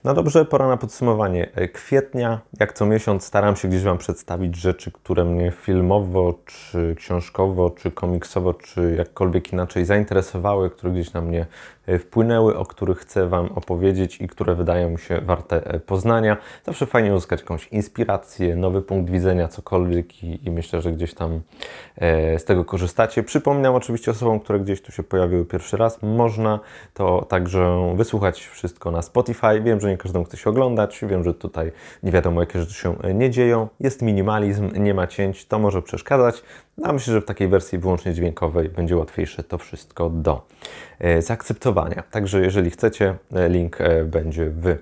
No dobrze, pora na podsumowanie kwietnia. Jak co miesiąc staram się gdzieś Wam przedstawić rzeczy, które mnie filmowo, czy książkowo, czy komiksowo, czy jakkolwiek inaczej zainteresowały, które gdzieś na mnie wpłynęły, o których chcę Wam opowiedzieć i które wydają mi się warte poznania. Zawsze fajnie uzyskać jakąś inspirację, nowy punkt widzenia, cokolwiek i myślę, że gdzieś tam z tego korzystacie. Przypominam oczywiście osobom, które gdzieś tu się pojawiły pierwszy raz, można to także wysłuchać wszystko na Spotify. Wiem, że nie każdemu chce się oglądać, wiem, że tutaj nie wiadomo, jakie rzeczy się nie dzieją. Jest minimalizm, nie ma cięć, to może przeszkadzać. A myślę, że w takiej wersji wyłącznie dźwiękowej będzie łatwiejsze to wszystko do zaakceptowania. Także jeżeli chcecie, link będzie w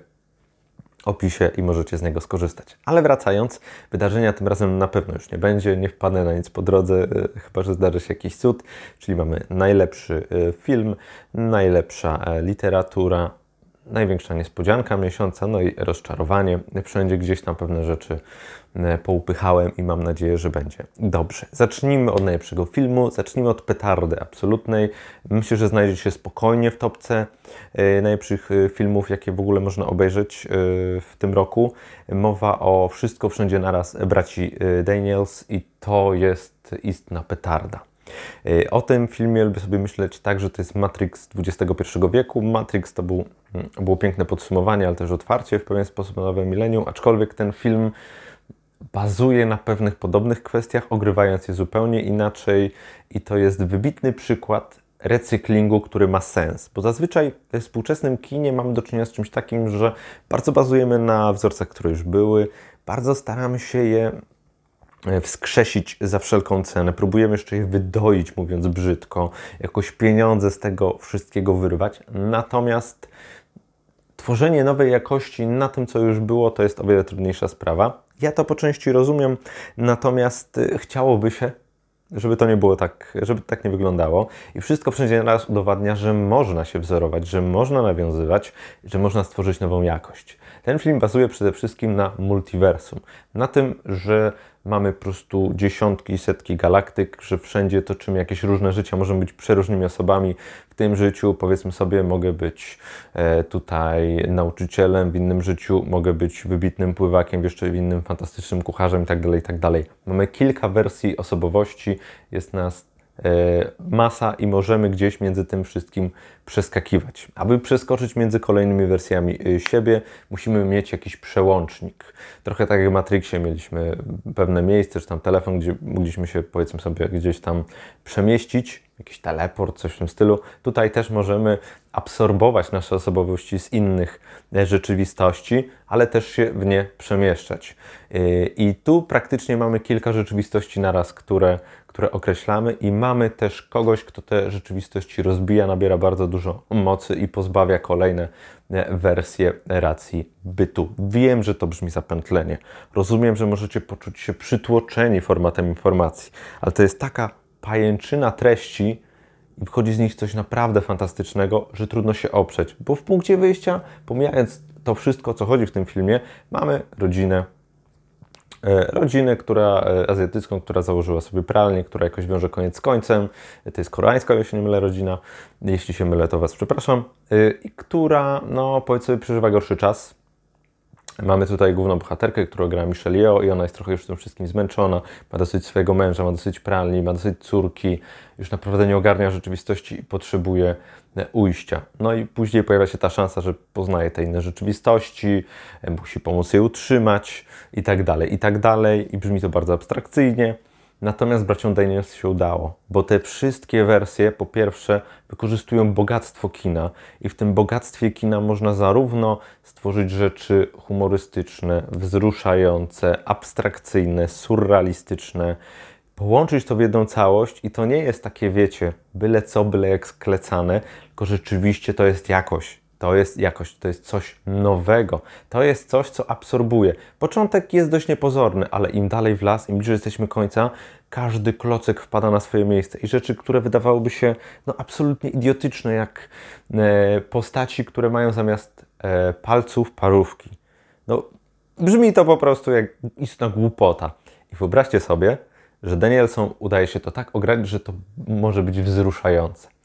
opisie i możecie z niego skorzystać. Ale wracając, wydarzenia tym razem na pewno już nie będzie, nie wpadnę na nic po drodze, chyba że zdarzy się jakiś cud, czyli mamy najlepszy film, najlepsza literatura, największa niespodzianka miesiąca, no i rozczarowanie. Wszędzie gdzieś tam pewne rzeczy poupychałem i mam nadzieję, że będzie dobrze. Zacznijmy od najlepszego filmu, zacznijmy od petardy absolutnej. Myślę, że znajdzie się spokojnie w topce najlepszych filmów, jakie w ogóle można obejrzeć w tym roku. Mowa o Wszystko Wszędzie Naraz braci Daniels i to jest istna petarda. O tym filmie lubię sobie myśleć tak, że to jest Matrix XXI wieku. Matrix to było piękne podsumowanie, ale też otwarcie w pewien sposób na nowe milenium, aczkolwiek ten film bazuje na pewnych podobnych kwestiach, ogrywając je zupełnie inaczej i to jest wybitny przykład recyklingu, który ma sens, bo zazwyczaj we współczesnym kinie mamy do czynienia z czymś takim, że bardzo bazujemy na wzorcach, które już były, bardzo staramy się je wskrzesić za wszelką cenę. Próbujemy jeszcze je wydoić, mówiąc brzydko, jakoś pieniądze z tego wszystkiego wyrwać. Natomiast tworzenie nowej jakości na tym, co już było, to jest o wiele trudniejsza sprawa. Ja to po części rozumiem, natomiast chciałoby się, żeby to nie było tak, żeby tak nie wyglądało. I Wszystko Wszędzie Naraz udowadnia, że można się wzorować, że można nawiązywać, że można stworzyć nową jakość. Ten film bazuje przede wszystkim na multiversum. Na tym, że mamy po prostu dziesiątki, setki galaktyk, że wszędzie toczymy jakieś różne życia, możemy być przeróżnymi osobami. W tym życiu, powiedzmy sobie, mogę być tutaj nauczycielem, w innym życiu mogę być wybitnym pływakiem, jeszcze w innym fantastycznym kucharzem itd., itd. Mamy kilka wersji osobowości, jest nas masa i możemy gdzieś między tym wszystkim przeskakiwać. Aby przeskoczyć między kolejnymi wersjami siebie, musimy mieć jakiś przełącznik. Trochę tak jak w Matrixie mieliśmy pewne miejsce, czy tam telefon, gdzie mogliśmy się, powiedzmy sobie, gdzieś tam przemieścić, jakiś teleport, coś w tym stylu. Tutaj też możemy absorbować nasze osobowości z innych rzeczywistości, ale też się w nie przemieszczać. I tu praktycznie mamy kilka rzeczywistości naraz, które określamy i mamy też kogoś, kto te rzeczywistości rozbija, nabiera bardzo dużo mocy i pozbawia kolejne wersje racji bytu. Wiem, że to brzmi zapętlenie. Rozumiem, że możecie poczuć się przytłoczeni formatem informacji, ale to jest taka pajęczyna treści i wchodzi z nich coś naprawdę fantastycznego, że trudno się oprzeć. Bo w punkcie wyjścia, pomijając to wszystko, co chodzi w tym filmie, mamy rodzinę, azjatycką, która założyła sobie pralnię, która jakoś wiąże koniec z końcem. To jest koreańska, jeśli nie mylę, rodzina. Jeśli się mylę, to Was przepraszam. I która, no powiedz sobie, przeżywa gorszy czas. Mamy tutaj główną bohaterkę, którą gra Michelle Yeoh i ona jest trochę już tym wszystkim zmęczona. Ma dosyć swojego męża, ma dosyć pralni, ma dosyć córki. Już naprawdę nie ogarnia rzeczywistości i potrzebuje ujścia. No i później pojawia się ta szansa, że poznaje te inne rzeczywistości, musi pomóc je utrzymać i tak dalej, i tak dalej. I brzmi to bardzo abstrakcyjnie. Natomiast braciom Daniels się udało, bo te wszystkie wersje, po pierwsze, wykorzystują bogactwo kina i w tym bogactwie kina można zarówno stworzyć rzeczy humorystyczne, wzruszające, abstrakcyjne, surrealistyczne, połączyć to w jedną całość i to nie jest takie, wiecie, byle co, byle jak sklecane, tylko rzeczywiście to jest jakość. To jest jakość, to jest coś nowego. To jest coś, co absorbuje. Początek jest dość niepozorny, ale im dalej w las, im bliżej jesteśmy końca, każdy klocek wpada na swoje miejsce. I rzeczy, które wydawałyby się absolutnie idiotyczne, jak postaci, które mają zamiast palców parówki. No, brzmi to po prostu jak istna głupota. I wyobraźcie sobie, że Danielsom udaje się to tak ograć, że to może być wzruszające.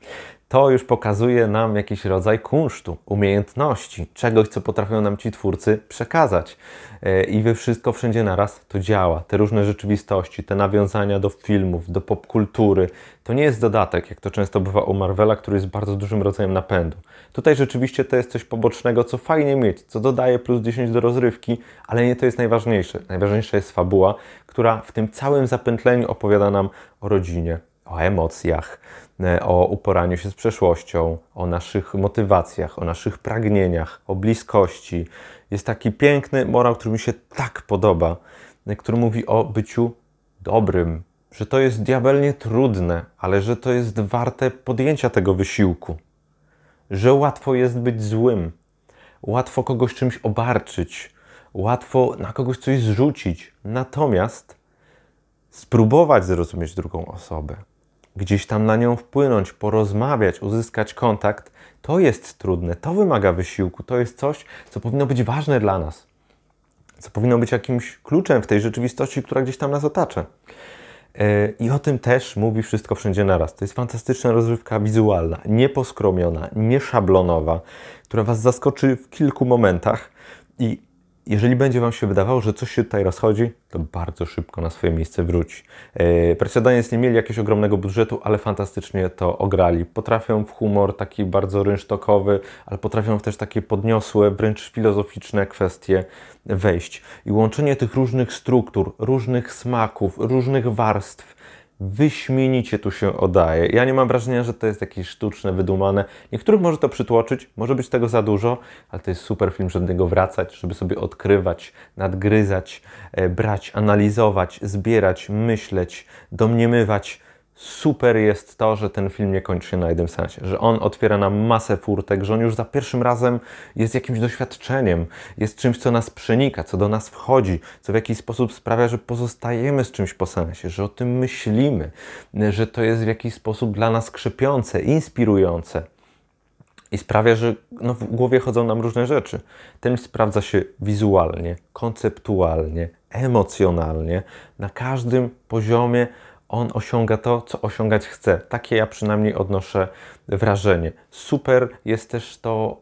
To już pokazuje nam jakiś rodzaj kunsztu, umiejętności, czegoś, co potrafią nam ci twórcy przekazać. I we wszystko wszędzie naraz to działa. Te różne rzeczywistości, te nawiązania do filmów, do popkultury, to nie jest dodatek, jak to często bywa u Marvela, który jest bardzo dużym rodzajem napędu. Tutaj rzeczywiście to jest coś pobocznego, co fajnie mieć, co dodaje plus 10 do rozrywki, ale nie to jest najważniejsze. Najważniejsza jest fabuła, która w tym całym zapętleniu opowiada nam o rodzinie, o emocjach, o uporaniu się z przeszłością, o naszych motywacjach, o naszych pragnieniach, o bliskości. Jest taki piękny morał, który mi się tak podoba, który mówi o byciu dobrym, że to jest diabelnie trudne, ale że to jest warte podjęcia tego wysiłku, że łatwo jest być złym, łatwo kogoś czymś obarczyć, łatwo na kogoś coś zrzucić, natomiast spróbować zrozumieć drugą osobę, gdzieś tam na nią wpłynąć, porozmawiać, uzyskać kontakt, to jest trudne, to wymaga wysiłku, to jest coś, co powinno być ważne dla nas, co powinno być jakimś kluczem w tej rzeczywistości, która gdzieś tam nas otacza. I o tym też mówi Wszystko Wszędzie Naraz. To jest fantastyczna rozrywka wizualna, nieposkromiona, nieszablonowa, która Was zaskoczy w kilku momentach i jeżeli będzie Wam się wydawało, że coś się tutaj rozchodzi, to bardzo szybko na swoje miejsce wróci. Bracia Daniels nie mieli jakiegoś ogromnego budżetu, ale fantastycznie to ograli. Potrafią w humor taki bardzo rynsztokowy, ale potrafią w też takie podniosłe, wręcz filozoficzne kwestie wejść. I łączenie tych różnych struktur, różnych smaków, różnych warstw wyśmienicie tu się oddaje. Ja nie mam wrażenia, że to jest jakieś sztuczne, wydumane. Niektórych może to przytłoczyć, może być tego za dużo, ale to jest super film, żeby do niego wracać, żeby sobie odkrywać, nadgryzać, brać, analizować, zbierać, myśleć, domniemywać. Super jest to, że ten film nie kończy się na jednym seansie, że on otwiera nam masę furtek, że on już za pierwszym razem jest jakimś doświadczeniem, jest czymś, co nas przenika, co do nas wchodzi, co w jakiś sposób sprawia, że pozostajemy z czymś po seansie, że o tym myślimy, że to jest w jakiś sposób dla nas krzepiące, inspirujące. I sprawia, że w głowie chodzą nam różne rzeczy. Ten sprawdza się wizualnie, konceptualnie, emocjonalnie, na każdym poziomie. On osiąga to, co osiągać chce. Takie ja przynajmniej odnoszę wrażenie. Super jest też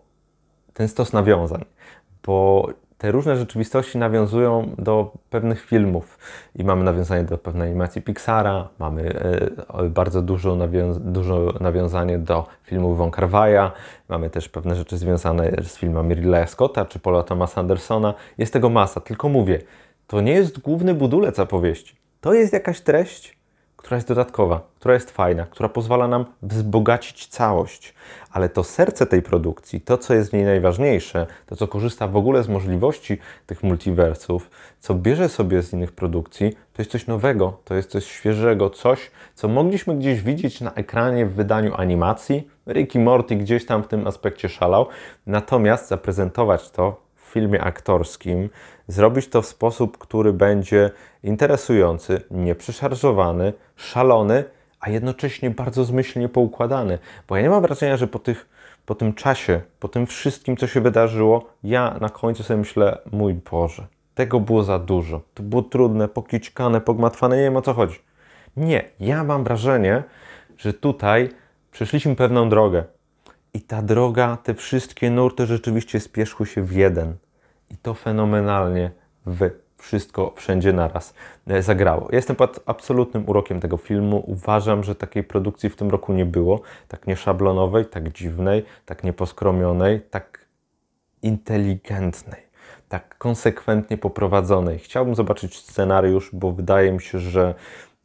ten stos nawiązań, bo te różne rzeczywistości nawiązują do pewnych filmów i mamy nawiązanie do pewnej animacji Pixara, mamy bardzo dużo nawiązanie do filmów Von Kar-wai'a, mamy też pewne rzeczy związane z filmami Ridleya Scotta czy Paula Thomasa Andersona. Jest tego masa, tylko mówię, to nie jest główny budulec opowieści. To jest jakaś treść, która jest dodatkowa, która jest fajna, która pozwala nam wzbogacić całość. Ale to serce tej produkcji, to co jest w niej najważniejsze, to co korzysta w ogóle z możliwości tych multiversów, co bierze sobie z innych produkcji, to jest coś nowego, to jest coś świeżego, coś, co mogliśmy gdzieś widzieć na ekranie w wydaniu animacji. Rick i Morty gdzieś tam w tym aspekcie szalał, natomiast zaprezentować to w filmie aktorskim, zrobić to w sposób, który będzie interesujący, nieprzeszarżowany, szalony, a jednocześnie bardzo zmyślnie poukładany. Bo ja nie mam wrażenia, że po tym czasie, po tym wszystkim, co się wydarzyło, ja na końcu sobie myślę, mój Boże, tego było za dużo. To było trudne, pokićkane, pogmatwane, nie wiem o co chodzi. Nie, ja mam wrażenie, że tutaj przeszliśmy pewną drogę. I ta droga, te wszystkie nurty rzeczywiście spieszły się w jeden. I to fenomenalnie Wszystko Wszędzie Naraz zagrało. Jestem pod absolutnym urokiem tego filmu. Uważam, że takiej produkcji w tym roku nie było. Tak nieszablonowej, tak dziwnej, tak nieposkromionej, tak inteligentnej, tak konsekwentnie poprowadzonej. Chciałbym zobaczyć scenariusz, bo wydaje mi się, że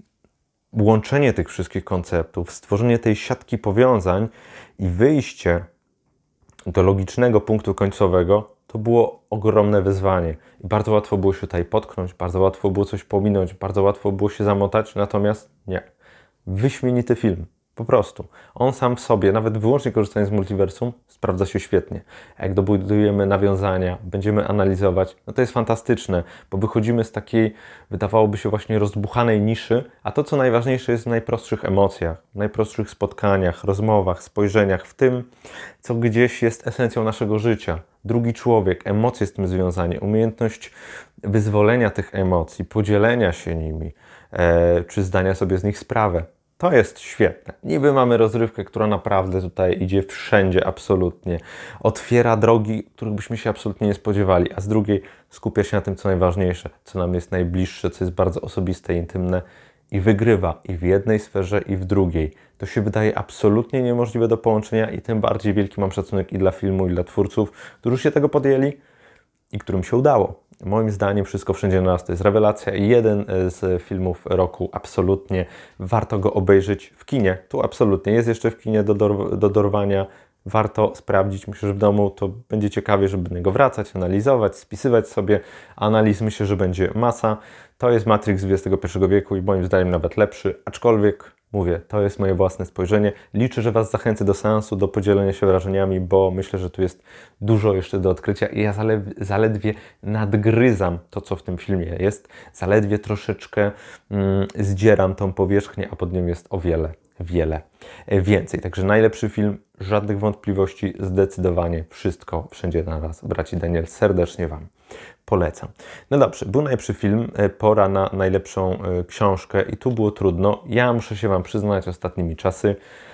łączenie tych wszystkich konceptów, stworzenie tej siatki powiązań i wyjście do logicznego punktu końcowego to było ogromne wyzwanie. I bardzo łatwo było się tutaj potknąć, bardzo łatwo było coś pominąć, bardzo łatwo było się zamotać, natomiast nie. Wyśmienity film. Po prostu. On sam w sobie, nawet wyłącznie korzystając z multiversum, sprawdza się świetnie. A jak dobudujemy nawiązania, będziemy analizować, no to jest fantastyczne, bo wychodzimy z takiej, wydawałoby się właśnie rozdbuchanej niszy, a to, co najważniejsze, jest w najprostszych emocjach, w najprostszych spotkaniach, rozmowach, spojrzeniach, w tym, co gdzieś jest esencją naszego życia. Drugi człowiek, emocje z tym związane, umiejętność wyzwolenia tych emocji, podzielenia się nimi, czy zdania sobie z nich sprawę. To jest świetne. Niby mamy rozrywkę, która naprawdę tutaj idzie wszędzie, absolutnie. Otwiera drogi, których byśmy się absolutnie nie spodziewali, a z drugiej skupia się na tym, co najważniejsze, co nam jest najbliższe, co jest bardzo osobiste, intymne i wygrywa i w jednej sferze, i w drugiej. To się wydaje absolutnie niemożliwe do połączenia i tym bardziej wielki mam szacunek i dla filmu, i dla twórców, którzy się tego podjęli i którym się udało. Moim zdaniem Wszystko Wszędzie Naraz to jest rewelacja i jeden z filmów roku. Absolutnie warto go obejrzeć w kinie. Tu absolutnie jest jeszcze w kinie do dorwania. Warto sprawdzić. Myślę, że w domu to będzie ciekawie, żeby do niego wracać, analizować, spisywać sobie. Analiz myślę, że będzie masa. To jest Matrix XXI wieku i moim zdaniem nawet lepszy, aczkolwiek mówię, to jest moje własne spojrzenie. Liczę, że Was zachęcę do seansu, do podzielenia się wrażeniami, bo myślę, że tu jest dużo jeszcze do odkrycia i ja zaledwie nadgryzam to, co w tym filmie jest. Zaledwie troszeczkę zdzieram tą powierzchnię, a pod nią jest o wiele więcej. Także najlepszy film, żadnych wątpliwości, zdecydowanie Wszystko Wszędzie Naraz. Braci Daniel, serdecznie Wam polecam. No dobrze, był najlepszy film, pora na najlepszą książkę i tu było trudno. Ja muszę się Wam przyznać, ostatnimi czasy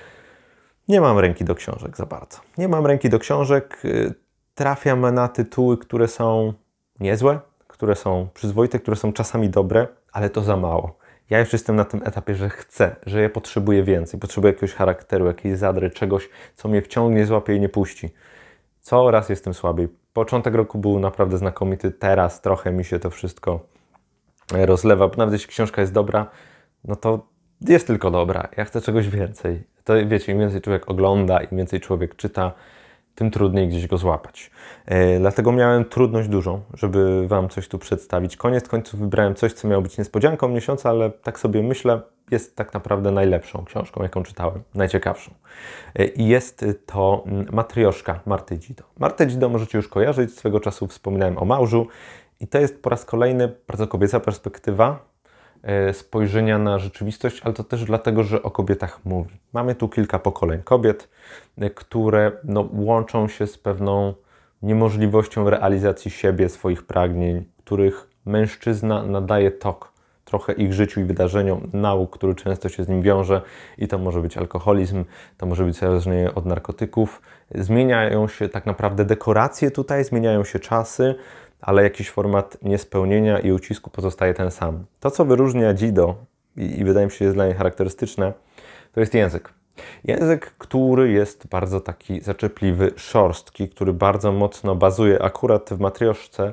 nie mam ręki do książek za bardzo. Nie mam ręki do książek, trafiam na tytuły, które są niezłe, które są przyzwoite, które są czasami dobre, ale to za mało. Ja już jestem na tym etapie, że chcę, że ja potrzebuję więcej. Potrzebuję jakiegoś charakteru, jakiejś zadry, czegoś, co mnie wciągnie, złapie i nie puści. Coraz jestem słabiej. Początek roku był naprawdę znakomity. Teraz trochę mi się to wszystko rozlewa. Nawet jeśli książka jest dobra, no to jest tylko dobra. Ja chcę czegoś więcej. To wiecie, im więcej człowiek ogląda, im więcej człowiek czyta, tym trudniej gdzieś go złapać. Dlatego miałem trudność dużą, żeby Wam coś tu przedstawić. Koniec końców wybrałem coś, co miało być niespodzianką miesiąca, ale tak sobie myślę, jest tak naprawdę najlepszą książką, jaką czytałem, najciekawszą. I jest to Matrioszka Marty Dzido. Martę Dzido możecie już kojarzyć, swego czasu wspominałem o małżu i to jest po raz kolejny bardzo kobieca perspektywa spojrzenia na rzeczywistość, ale to też dlatego, że o kobietach mówi. Mamy tu kilka pokoleń kobiet, które łączą się z pewną niemożliwością realizacji siebie, swoich pragnień, których mężczyzna nadaje tok trochę ich życiu i wydarzeniom, nauk, który często się z nim wiąże i to może być alkoholizm, to może być uzależnienie od narkotyków. Zmieniają się tak naprawdę dekoracje tutaj, zmieniają się czasy, ale jakiś format niespełnienia i ucisku pozostaje ten sam. To, co wyróżnia Dzido i wydaje mi się jest dla niej charakterystyczne, to jest język. Język, który jest bardzo taki zaczepliwy, szorstki, który bardzo mocno bazuje akurat w Matrioszce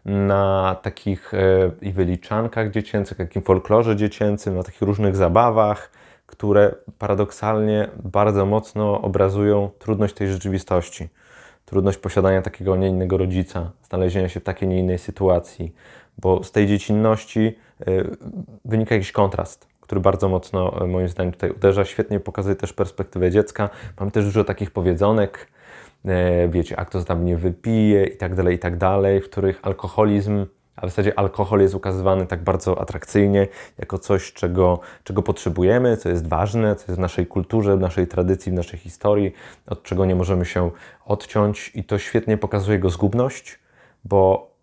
na takich i wyliczankach dziecięcych, jak i folklorze dziecięcym, na takich różnych zabawach, które paradoksalnie bardzo mocno obrazują trudność tej rzeczywistości. Trudność posiadania takiego, nie innego rodzica, znalezienia się w takiej, nie innej sytuacji, bo z tej dziecinności wynika jakiś kontrast, który bardzo mocno moim zdaniem tutaj uderza. Świetnie pokazuje też perspektywę dziecka. Mam też dużo takich powiedzonek, wiecie, a kto z nami nie wypije i tak dalej, w których alkoholizm, a w zasadzie alkohol jest ukazywany tak bardzo atrakcyjnie, jako coś, czego potrzebujemy, co jest ważne, co jest w naszej kulturze, w naszej tradycji, w naszej historii, od czego nie możemy się odciąć i to świetnie pokazuje jego zgubność, bo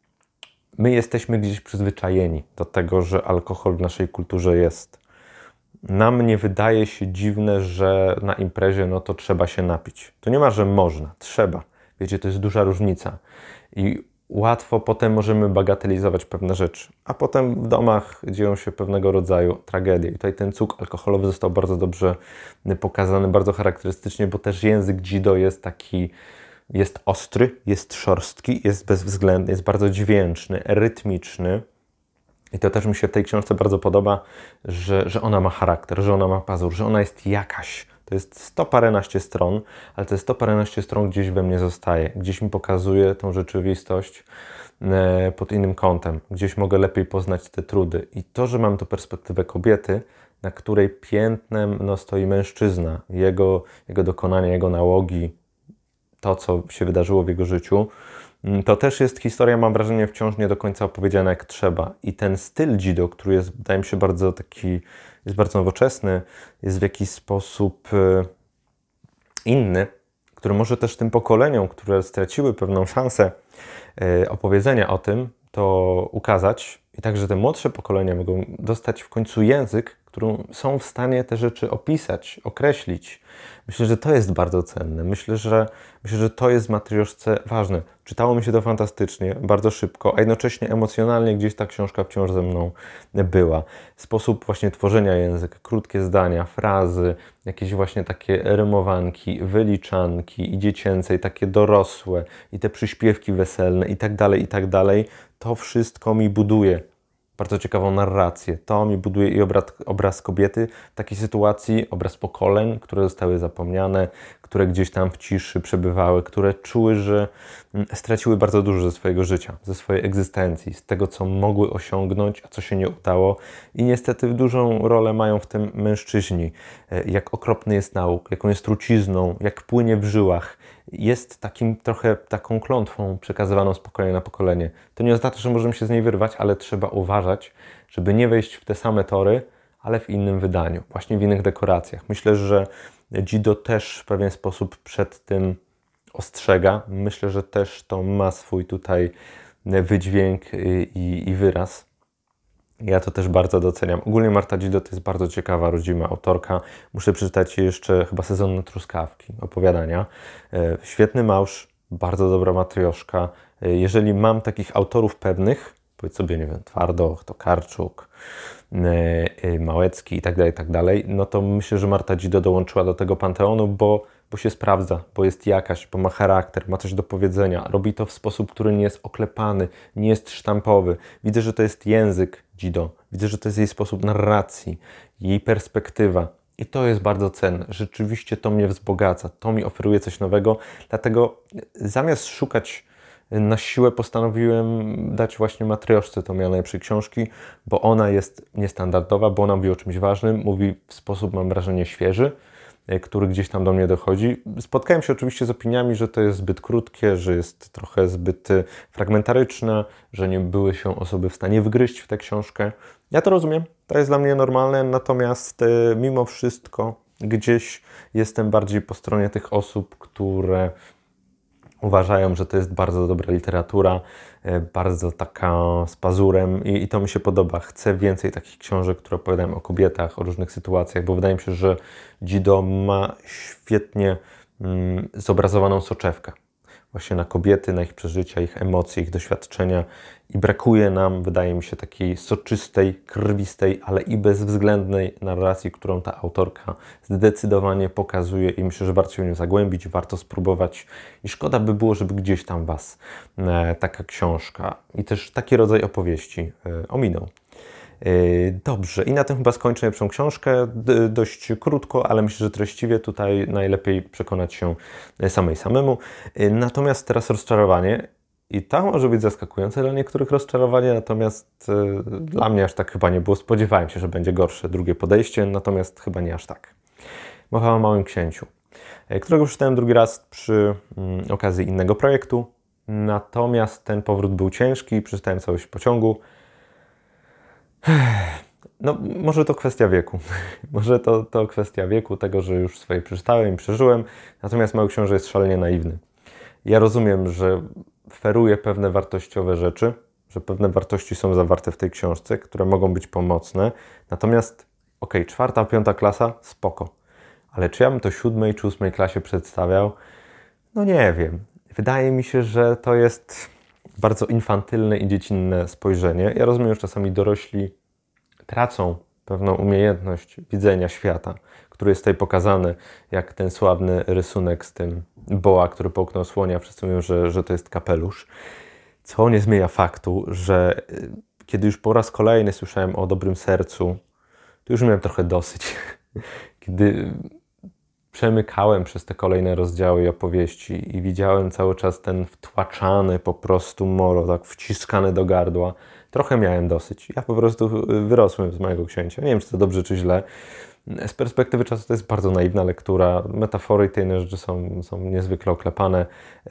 my jesteśmy gdzieś przyzwyczajeni do tego, że alkohol w naszej kulturze jest. Nam nie wydaje się dziwne, że na imprezie to trzeba się napić. To nie ma, że można, trzeba. Wiecie, to jest duża różnica. I łatwo potem możemy bagatelizować pewne rzeczy, a potem w domach dzieją się pewnego rodzaju tragedie. I tutaj ten cuk alkoholowy został bardzo dobrze pokazany, bardzo charakterystycznie, bo też język Dzido jest taki, jest ostry, jest szorstki, jest bezwzględny, jest bardzo dźwięczny, rytmiczny. I to też mi się w tej książce bardzo podoba, że ona ma charakter, że ona ma pazur, że ona jest jakaś. To jest 100 paręnaście stron, ale to jest 100 paręnaście stron gdzieś we mnie zostaje. Gdzieś mi pokazuje tą rzeczywistość pod innym kątem. Gdzieś mogę lepiej poznać te trudy. I to, że mam tu perspektywę kobiety, na której piętnem stoi mężczyzna, jego dokonania, jego nałogi, to, co się wydarzyło w jego życiu, to też jest historia, mam wrażenie, wciąż nie do końca opowiedziana jak trzeba. I ten styl Dzido, który jest, wydaje mi się, bardzo taki, jest bardzo nowoczesny, jest w jakiś sposób inny, który może też tym pokoleniom, które straciły pewną szansę opowiedzenia o tym, to ukazać. I także te młodsze pokolenia mogą dostać w końcu język, którą są w stanie te rzeczy opisać, określić. Myślę, że to jest bardzo cenne. Myślę, że to jest w matrioszce ważne. Czytało mi się to fantastycznie, bardzo szybko, a jednocześnie emocjonalnie gdzieś ta książka wciąż ze mną była. Sposób właśnie tworzenia języka, krótkie zdania, frazy, jakieś właśnie takie rymowanki, wyliczanki i dziecięce, i takie dorosłe, i te przyśpiewki weselne i tak dalej. To wszystko mi buduje bardzo ciekawą narrację. To mi buduje i obraz kobiety w takiej sytuacji, obraz pokoleń, które zostały zapomniane, które gdzieś tam w ciszy przebywały, które czuły, że straciły bardzo dużo ze swojego życia, ze swojej egzystencji, z tego, co mogły osiągnąć, a co się nie udało. I niestety dużą rolę mają w tym mężczyźni. Jak okropny jest nauk, jaką jest trucizną, jak płynie w żyłach. Jest trochę taką klątwą przekazywaną z pokolenia na pokolenie. To nie oznacza, że możemy się z niej wyrwać, ale trzeba uważać, żeby nie wejść w te same tory, ale w innym wydaniu, właśnie w innych dekoracjach. Myślę, że Jidō też w pewien sposób przed tym ostrzega. Myślę, że też to ma swój tutaj wydźwięk i wyraz. Ja to też bardzo doceniam. Ogólnie Marta Jidō to jest bardzo ciekawa, rodzima autorka. Muszę przeczytać jeszcze chyba Sezonne truskawki, opowiadania. Świetny małż, bardzo dobra matrioszka. Jeżeli mam takich autorów pewnych, powiedz sobie, nie wiem, Twardoch, Tokarczuk, Małecki i tak dalej, no to myślę, że Marta Jidō dołączyła do tego panteonu, bo się sprawdza, bo jest jakaś, bo ma charakter, ma coś do powiedzenia. Robi to w sposób, który nie jest oklepany, nie jest sztampowy. Widzę, że to jest język Jidō. Widzę, że to jest jej sposób narracji, jej perspektywa. I to jest bardzo cenne. Rzeczywiście to mnie wzbogaca, to mi oferuje coś nowego. Dlatego zamiast szukać na siłę, postanowiłem dać właśnie matrioszce tą miano najlepszej książki, bo ona jest niestandardowa, bo ona mówi o czymś ważnym, mówi w sposób, mam wrażenie, świeży, który gdzieś tam do mnie dochodzi. Spotkałem się oczywiście z opiniami, że to jest zbyt krótkie, że jest trochę zbyt fragmentaryczne, że nie były się osoby w stanie wgryźć w tę książkę. Ja to rozumiem, to jest dla mnie normalne, natomiast mimo wszystko gdzieś jestem bardziej po stronie tych osób, które uważają, że to jest bardzo dobra literatura, bardzo taka z pazurem i to mi się podoba. Chcę więcej takich książek, które opowiadają o kobietach, o różnych sytuacjach, bo wydaje mi się, że Jidō ma świetnie zobrazowaną soczewkę właśnie na kobiety, na ich przeżycia, ich emocje, ich doświadczenia i brakuje nam, wydaje mi się, takiej soczystej, krwistej, ale i bezwzględnej narracji, którą ta autorka zdecydowanie pokazuje i myślę, że warto się w nią zagłębić, warto spróbować i szkoda by było, żeby gdzieś tam Was taka książka i też taki rodzaj opowieści ominął. Dobrze, i na tym chyba skończę najlepszą książkę, dość krótko, ale myślę, że treściwie tutaj najlepiej przekonać się samemu. Natomiast teraz rozczarowanie i to może być zaskakujące dla niektórych rozczarowanie, natomiast dla mnie aż tak chyba nie było. Spodziewałem się, że będzie gorsze drugie podejście, natomiast chyba nie aż tak. Mowa o Małym Księciu, którego przeczytałem drugi raz przy okazji innego projektu, natomiast ten powrót był ciężki, przeczytałem całość w pociągu. No, może to kwestia wieku. Może to kwestia wieku, tego, że już swoje przeczytałem i przeżyłem. Natomiast Mały Książę jest szalenie naiwny. Ja rozumiem, że feruje pewne wartościowe rzeczy, że pewne wartości są zawarte w tej książce, które mogą być pomocne. Natomiast, okej, 4., 5. klasa, spoko. Ale czy ja bym to 7. czy 8. klasie przedstawiał? No nie wiem. Wydaje mi się, że to jest bardzo infantylne i dziecinne spojrzenie. Ja rozumiem, że czasami dorośli tracą pewną umiejętność widzenia świata, który jest tutaj pokazany, jak ten sławny rysunek z tym boa, który połknął słonia. Wszyscy mówią, że to jest kapelusz. Co nie zmienia faktu, że kiedy już po raz kolejny słyszałem o dobrym sercu, to już miałem trochę dosyć. Kiedy przemykałem przez te kolejne rozdziały i opowieści i widziałem cały czas ten wtłaczany po prostu moro, tak wciskany do gardła, trochę miałem dosyć. Ja po prostu wyrosłem z Małego Księcia. Nie wiem, czy to dobrze, czy źle. Z perspektywy czasu to jest bardzo naiwna lektura. Metafory i te inne rzeczy są niezwykle oklepane.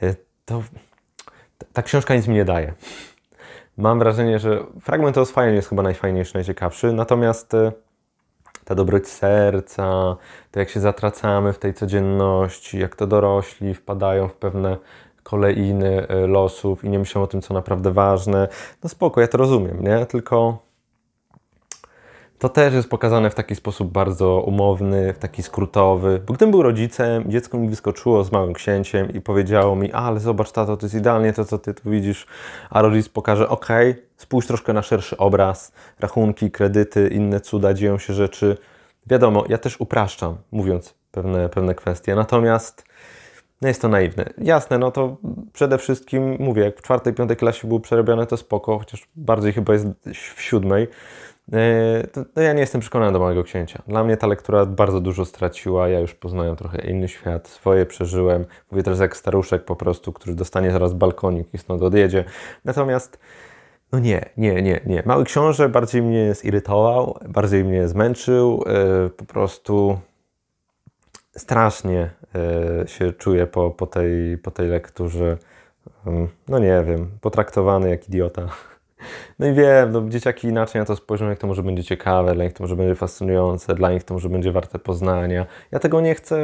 Ta książka nic mi nie daje. Mam wrażenie, że fragment o oswajaniu jest chyba najfajniejszy, najciekawszy, natomiast ta dobroć serca, to jak się zatracamy w tej codzienności, jak to dorośli wpadają w pewne kolejny losów i nie myślą o tym, co naprawdę ważne. No spoko, ja to rozumiem, nie? Tylko To też jest pokazane w taki sposób bardzo umowny, w taki skrótowy. Bo gdybym był rodzicem, dziecko mi wyskoczyło z Małym Księciem i powiedziało mi, ale zobacz tato, to jest idealnie to, co ty tu widzisz, a rodzic pokaże, okej, spójrz troszkę na szerszy obraz, rachunki, kredyty, inne cuda, dzieją się rzeczy. Wiadomo, ja też upraszczam, mówiąc pewne kwestie, natomiast no jest to naiwne. Jasne, no to przede wszystkim, mówię, jak w 4., 5. klasie było przerabiane, to spoko, chociaż bardziej chyba jest w 7. To ja nie jestem przekonany do Małego Księcia. Dla mnie ta lektura bardzo dużo straciła, ja już poznałem trochę inny świat, swoje przeżyłem. Mówię teraz jak staruszek po prostu, który dostanie zaraz balkonik i stąd odjedzie. Natomiast no nie. Mały Książę bardziej mnie zirytował, bardziej mnie zmęczył, po prostu strasznie się czuję po tej lekturze, no nie wiem, potraktowany jak idiota. No i wiem, no, dzieciaki inaczej na to spojrzą, jak to może będzie ciekawe, dla nich to może będzie fascynujące, dla nich to może będzie warte poznania. Ja tego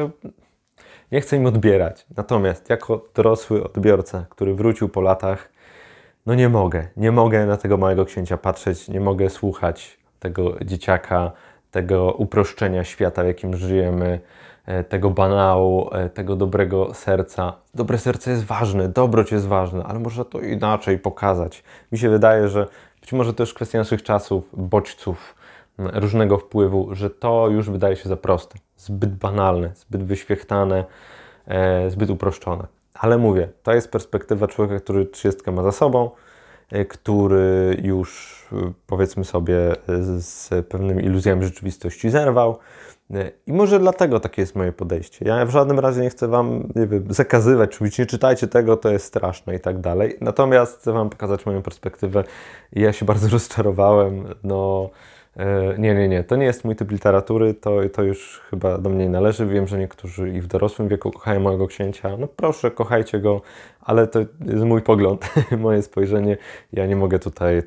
nie chcę im odbierać. Natomiast jako dorosły odbiorca, który wrócił po latach, no nie mogę na tego Małego Księcia patrzeć, nie mogę słuchać tego dzieciaka, tego uproszczenia świata, w jakim żyjemy, tego banału, tego dobrego serca. Dobre serce jest ważne, dobroć jest ważna, ale można to inaczej pokazać. Mi się wydaje, że być może to już kwestia naszych czasów, bodźców, różnego wpływu, że to już wydaje się za proste, zbyt banalne, zbyt wyświechtane, zbyt uproszczone. Ale mówię, to jest perspektywa człowieka, który 30 ma za sobą, który już, powiedzmy sobie, z pewnymi iluzjami rzeczywistości zerwał. I może dlatego takie jest moje podejście. Ja w żadnym razie nie chcę Wam, nie wiem, zakazywać, czy mówić, nie czytajcie tego, to jest straszne i tak dalej. Natomiast chcę Wam pokazać moją perspektywę i ja się bardzo rozczarowałem. No, nie, to nie jest mój typ literatury, to już chyba do mnie nie należy. Wiem, że niektórzy i w dorosłym wieku kochają Małego Księcia. No proszę, kochajcie go, ale to jest mój pogląd, moje spojrzenie. Ja nie mogę tutaj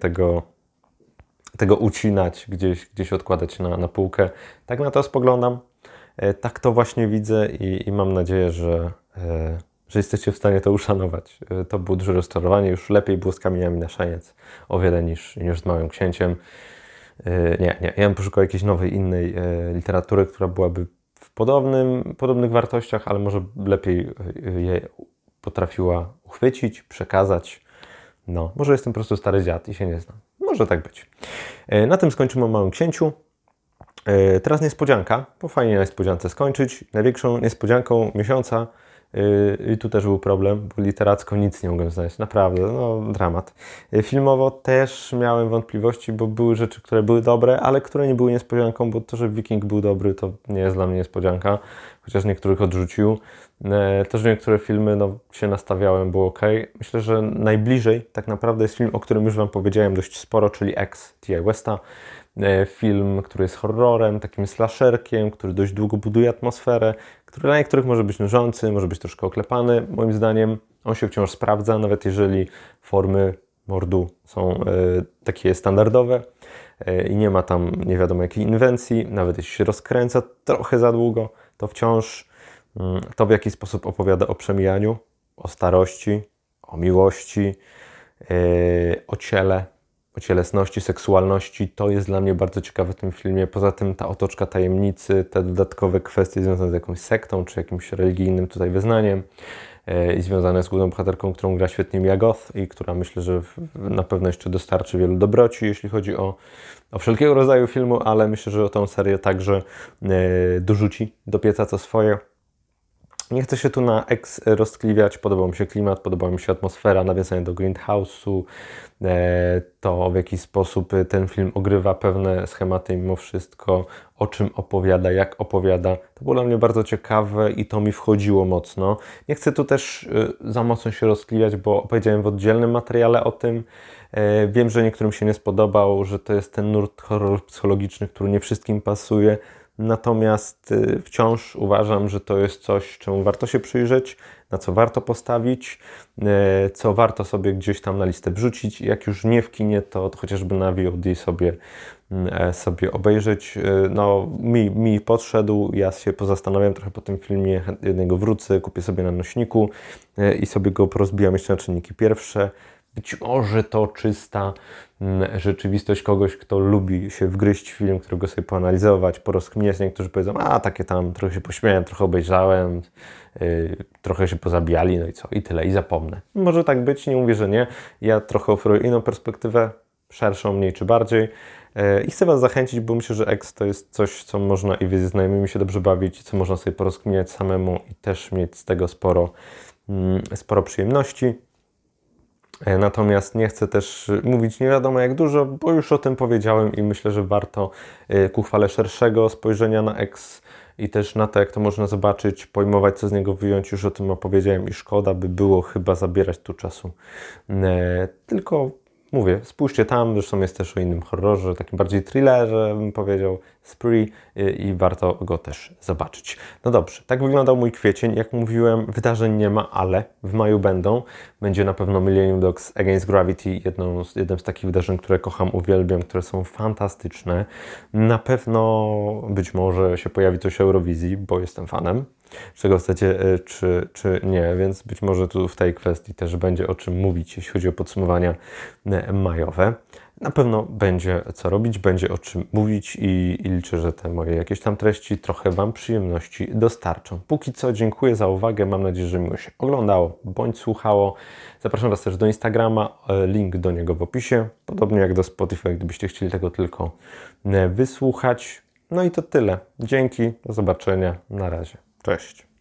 tego ucinać, gdzieś odkładać na półkę. Tak na to spoglądam, tak to właśnie widzę i mam nadzieję, że jesteście w stanie to uszanować. To było duże rozczarowanie, już lepiej było z Kamieniami na szaniec, o wiele niż z Małym Księciem. Nie, ja bym poszukał jakiejś nowej, innej literatury, która byłaby w podobnych wartościach, ale może lepiej je potrafiła uchwycić, przekazać. No, może jestem po prostu stary dziad i się nie znam. Może tak być. Na tym skończymy o Małym Księciu. Teraz niespodzianka, bo fajnie na niespodziance skończyć. Największą niespodzianką miesiąca, i tu też był problem, bo literacko nic nie mogłem znaleźć. Naprawdę, no dramat. Filmowo też miałem wątpliwości, bo były rzeczy, które były dobre, ale które nie były niespodzianką, bo to, że Wiking był dobry, to nie jest dla mnie niespodzianka, chociaż niektórych odrzucił. Też niektóre filmy się nastawiałem, było ok. Myślę, że najbliżej tak naprawdę jest film, o którym już Wam powiedziałem dość sporo, czyli X T.I. Westa. Film, który jest horrorem, takim slasherkiem, który dość długo buduje atmosferę, który dla niektórych może być nużący, może być troszkę oklepany. Moim zdaniem on się wciąż sprawdza, nawet jeżeli formy mordu są takie standardowe i nie ma tam nie wiadomo jakiej inwencji, nawet jeśli się rozkręca trochę za długo, to wciąż to w jakiś sposób opowiada o przemijaniu, o starości, o miłości, o ciele, o cielesności, seksualności. To jest dla mnie bardzo ciekawe w tym filmie. Poza tym ta otoczka tajemnicy, te dodatkowe kwestie związane z jakąś sektą, czy jakimś religijnym tutaj wyznaniem i związane z główną bohaterką, którą gra świetnie Mia Goth i która myślę, że na pewno jeszcze dostarczy wielu dobroci, jeśli chodzi o wszelkiego rodzaju filmu, ale myślę, że o tą serię także dorzuci do pieca co swoje. Nie chcę się tu na X roztkliwiać, podobał mi się klimat, podobała mi się atmosfera, nawiązanie do Grindhouse'u, to w jaki sposób ten film ogrywa pewne schematy mimo wszystko, o czym opowiada, jak opowiada. To było dla mnie bardzo ciekawe i to mi wchodziło mocno. Nie chcę tu też za mocno się roztkliwiać, bo opowiedziałem w oddzielnym materiale o tym. Wiem, że niektórym się nie spodobał, że to jest ten nurt horror psychologiczny, który nie wszystkim pasuje. Natomiast wciąż uważam, że to jest coś, czemu warto się przyjrzeć, na co warto postawić, co warto sobie gdzieś tam na listę wrzucić. Jak już nie w kinie, to chociażby na VOD sobie obejrzeć. No, mi podszedł, ja się pozastanawiam trochę po tym filmie, jednego wrócę, kupię sobie na nośniku i sobie go porozbijam jeszcze na czynniki pierwsze. być może to czysta rzeczywistość kogoś, kto lubi się wgryźć w film, którego sobie poanalizować, porozkminiać. Niektórzy powiedzą, a takie tam, trochę się pośmiałem, trochę obejrzałem, trochę się pozabijali, no i co, i tyle, i zapomnę. Może tak być, nie mówię, że nie. Ja trochę oferuję inną perspektywę, szerszą, mniej czy bardziej. I chcę Was zachęcić, bo myślę, że X to jest coś, co można i ze znajomymi się dobrze bawić, co można sobie porozkminiać samemu i też mieć z tego sporo przyjemności. Natomiast nie chcę też mówić nie wiadomo jak dużo, bo już o tym powiedziałem i myślę, że warto ku chwale szerszego spojrzenia na X i też na to, jak to można zobaczyć, pojmować, co z niego wyjąć. Już o tym opowiedziałem i szkoda by było chyba zabierać tu czasu. Tylko mówię, spójrzcie tam, zresztą jest też o innym horrorze, takim bardziej thrillerze, bym powiedział, Spree i warto go też zobaczyć. No dobrze, tak wyglądał mój kwiecień. Jak mówiłem, wydarzeń nie ma, ale w maju będą. Będzie na pewno Millennium Dogs Against Gravity, jednym z takich wydarzeń, które kocham, uwielbiam, które są fantastyczne. Na pewno być może się pojawi coś o Eurowizji, bo jestem fanem. Czego chcecie, czy nie, więc być może tu w tej kwestii też będzie o czym mówić, jeśli chodzi o podsumowania majowe. Na pewno będzie co robić, będzie o czym mówić i liczę, że te moje jakieś tam treści trochę Wam przyjemności dostarczą. Póki co dziękuję za uwagę, mam nadzieję, że miło się oglądało bądź słuchało. Zapraszam Was też do Instagrama, link do niego w opisie, podobnie jak do Spotify, gdybyście chcieli tego tylko wysłuchać. No i to tyle. Dzięki, do zobaczenia, na razie. Cześć.